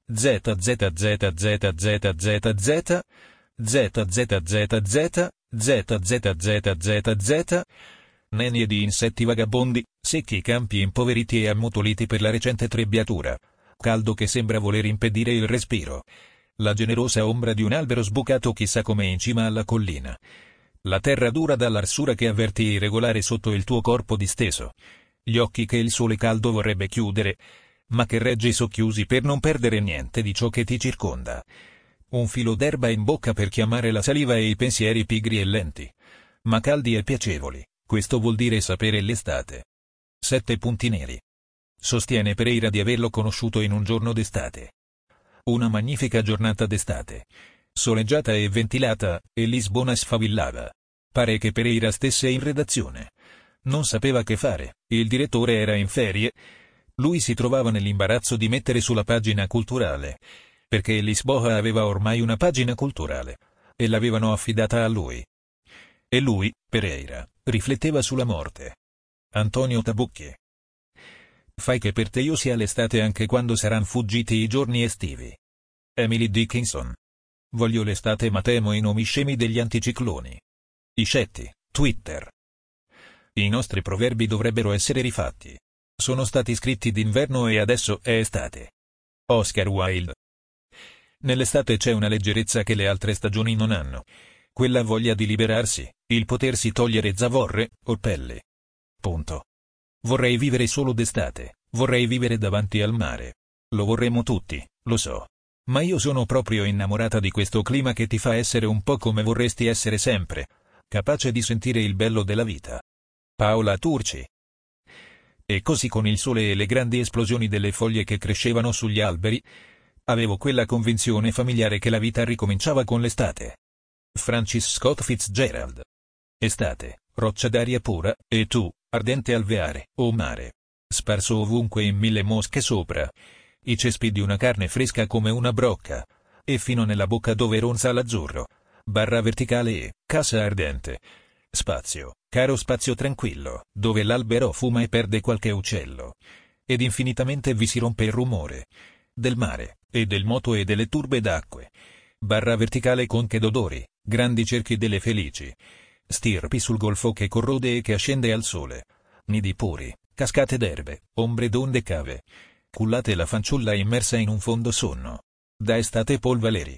Nenie di insetti vagabondi, secchi campi impoveriti e ammutoliti per la recente trebbiatura. Caldo che sembra voler impedire il respiro. La generosa ombra di un albero sbucato chissà come in cima alla collina. La terra dura dall'arsura che avverti irregolare sotto il tuo corpo disteso. Gli occhi che il sole caldo vorrebbe chiudere, ma che reggi socchiusi per non perdere niente di ciò che ti circonda. Un filo d'erba in bocca per chiamare la saliva e i pensieri pigri e lenti, ma caldi e piacevoli. Questo vuol dire sapere l'estate. 7 punti neri. Sostiene Pereira di averlo conosciuto in un giorno d'estate. Una magnifica giornata d'estate. Soleggiata e ventilata, e Lisbona sfavillava. Pare che Pereira stesse in redazione. Non sapeva che fare, il direttore era in ferie. Lui si trovava nell'imbarazzo di mettere sulla pagina culturale, perché Lisboa aveva ormai una pagina culturale, e l'avevano affidata a lui. E lui, Pereira, rifletteva sulla morte. Antonio Tabucchi. Fai che per te io sia l'estate anche quando saranno fuggiti i giorni estivi. Emily Dickinson. Voglio l'estate ma temo i nomi scemi degli anticicloni. I scetti, Twitter. I nostri proverbi dovrebbero essere rifatti. Sono stati scritti d'inverno e adesso è estate. Oscar Wilde. Nell'estate c'è una leggerezza che le altre stagioni non hanno. Quella voglia di liberarsi, il potersi togliere zavorre, orpelli. Punto. Vorrei vivere solo d'estate, vorrei vivere davanti al mare. Lo vorremmo tutti, lo so. Ma io sono proprio innamorata di questo clima che ti fa essere un po' come vorresti essere sempre, capace di sentire il bello della vita. Paola Turci. E così con il sole e le grandi esplosioni delle foglie che crescevano sugli alberi, avevo quella convinzione familiare che la vita ricominciava con l'estate. Francis Scott Fitzgerald. Estate, roccia d'aria pura, e tu, ardente alveare, o mare. Sparso ovunque in 1000 mosche sopra. I cespi di una carne fresca come una brocca. E fino nella bocca dove ronza l'azzurro. Barra verticale e, casa ardente. Spazio, caro spazio tranquillo, dove l'albero fuma e perde qualche uccello. Ed infinitamente vi si rompe il rumore. Del mare, e del moto e delle turbe d'acque. Barra verticale conche d'odori, grandi cerchi delle felici. Stirpi sul golfo che corrode e che ascende al sole. Nidi puri, cascate d'erbe, ombre d'onde cave. Cullate la fanciulla immersa in un fondo sonno. Da estate Paul Valéry.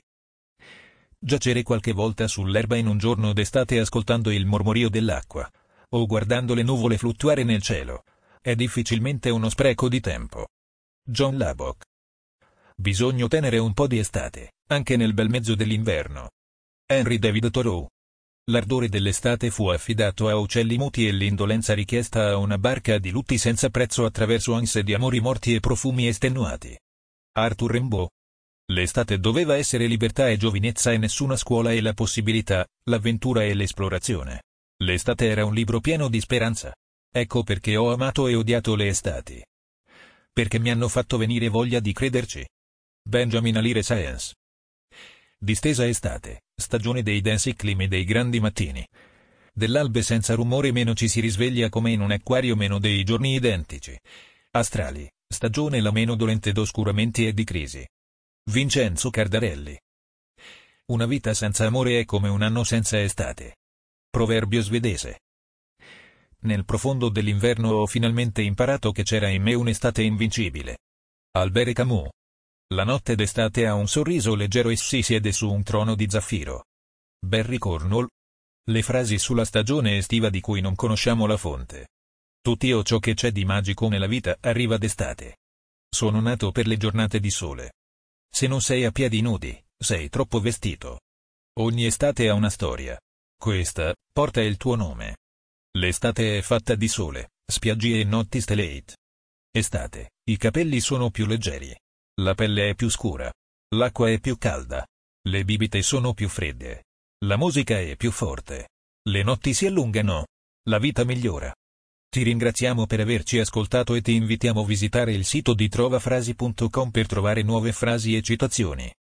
Giacere qualche volta sull'erba in un giorno d'estate ascoltando il mormorio dell'acqua, o guardando le nuvole fluttuare nel cielo, è difficilmente uno spreco di tempo. John Lubbock. Bisogna tenere un po' di estate, anche nel bel mezzo dell'inverno. Henry David Thoreau. L'ardore dell'estate fu affidato a uccelli muti e l'indolenza richiesta a una barca di lutti senza prezzo attraverso ansie di amori morti e profumi estenuati. Arthur Rimbaud. L'estate doveva essere libertà e giovinezza e nessuna scuola e la possibilità, l'avventura e l'esplorazione. L'estate era un libro pieno di speranza. Ecco perché ho amato e odiato le estati. Perché mi hanno fatto venire voglia di crederci. Benjamin Alire Sáenz. Distesa estate, stagione dei densi climi dei grandi mattini. Dell'albe senza rumore meno ci si risveglia come in un acquario meno dei giorni identici. Astrali, stagione la meno dolente d'oscuramenti e di crisi. Vincenzo Cardarelli. Una vita senza amore è come un anno senza estate. Proverbio svedese. Nel profondo dell'inverno ho finalmente imparato che c'era in me un'estate invincibile. Albert Camus. La notte d'estate ha un sorriso leggero e si siede su un trono di zaffiro. Barry Cornwall. Le frasi sulla stagione estiva di cui non conosciamo la fonte. Tutti o ciò che c'è di magico nella vita arriva d'estate. Sono nato per le giornate di sole. Se non sei a piedi nudi, sei troppo vestito. Ogni estate ha una storia. Questa porta il tuo nome. L'estate è fatta di sole, spiagge e notti stellate. Estate, i capelli sono più leggeri. La pelle è più scura. L'acqua è più calda. Le bibite sono più fredde. La musica è più forte. Le notti si allungano. La vita migliora. Ti ringraziamo per averci ascoltato e ti invitiamo a visitare il sito di trovafrasi.com per trovare nuove frasi e citazioni.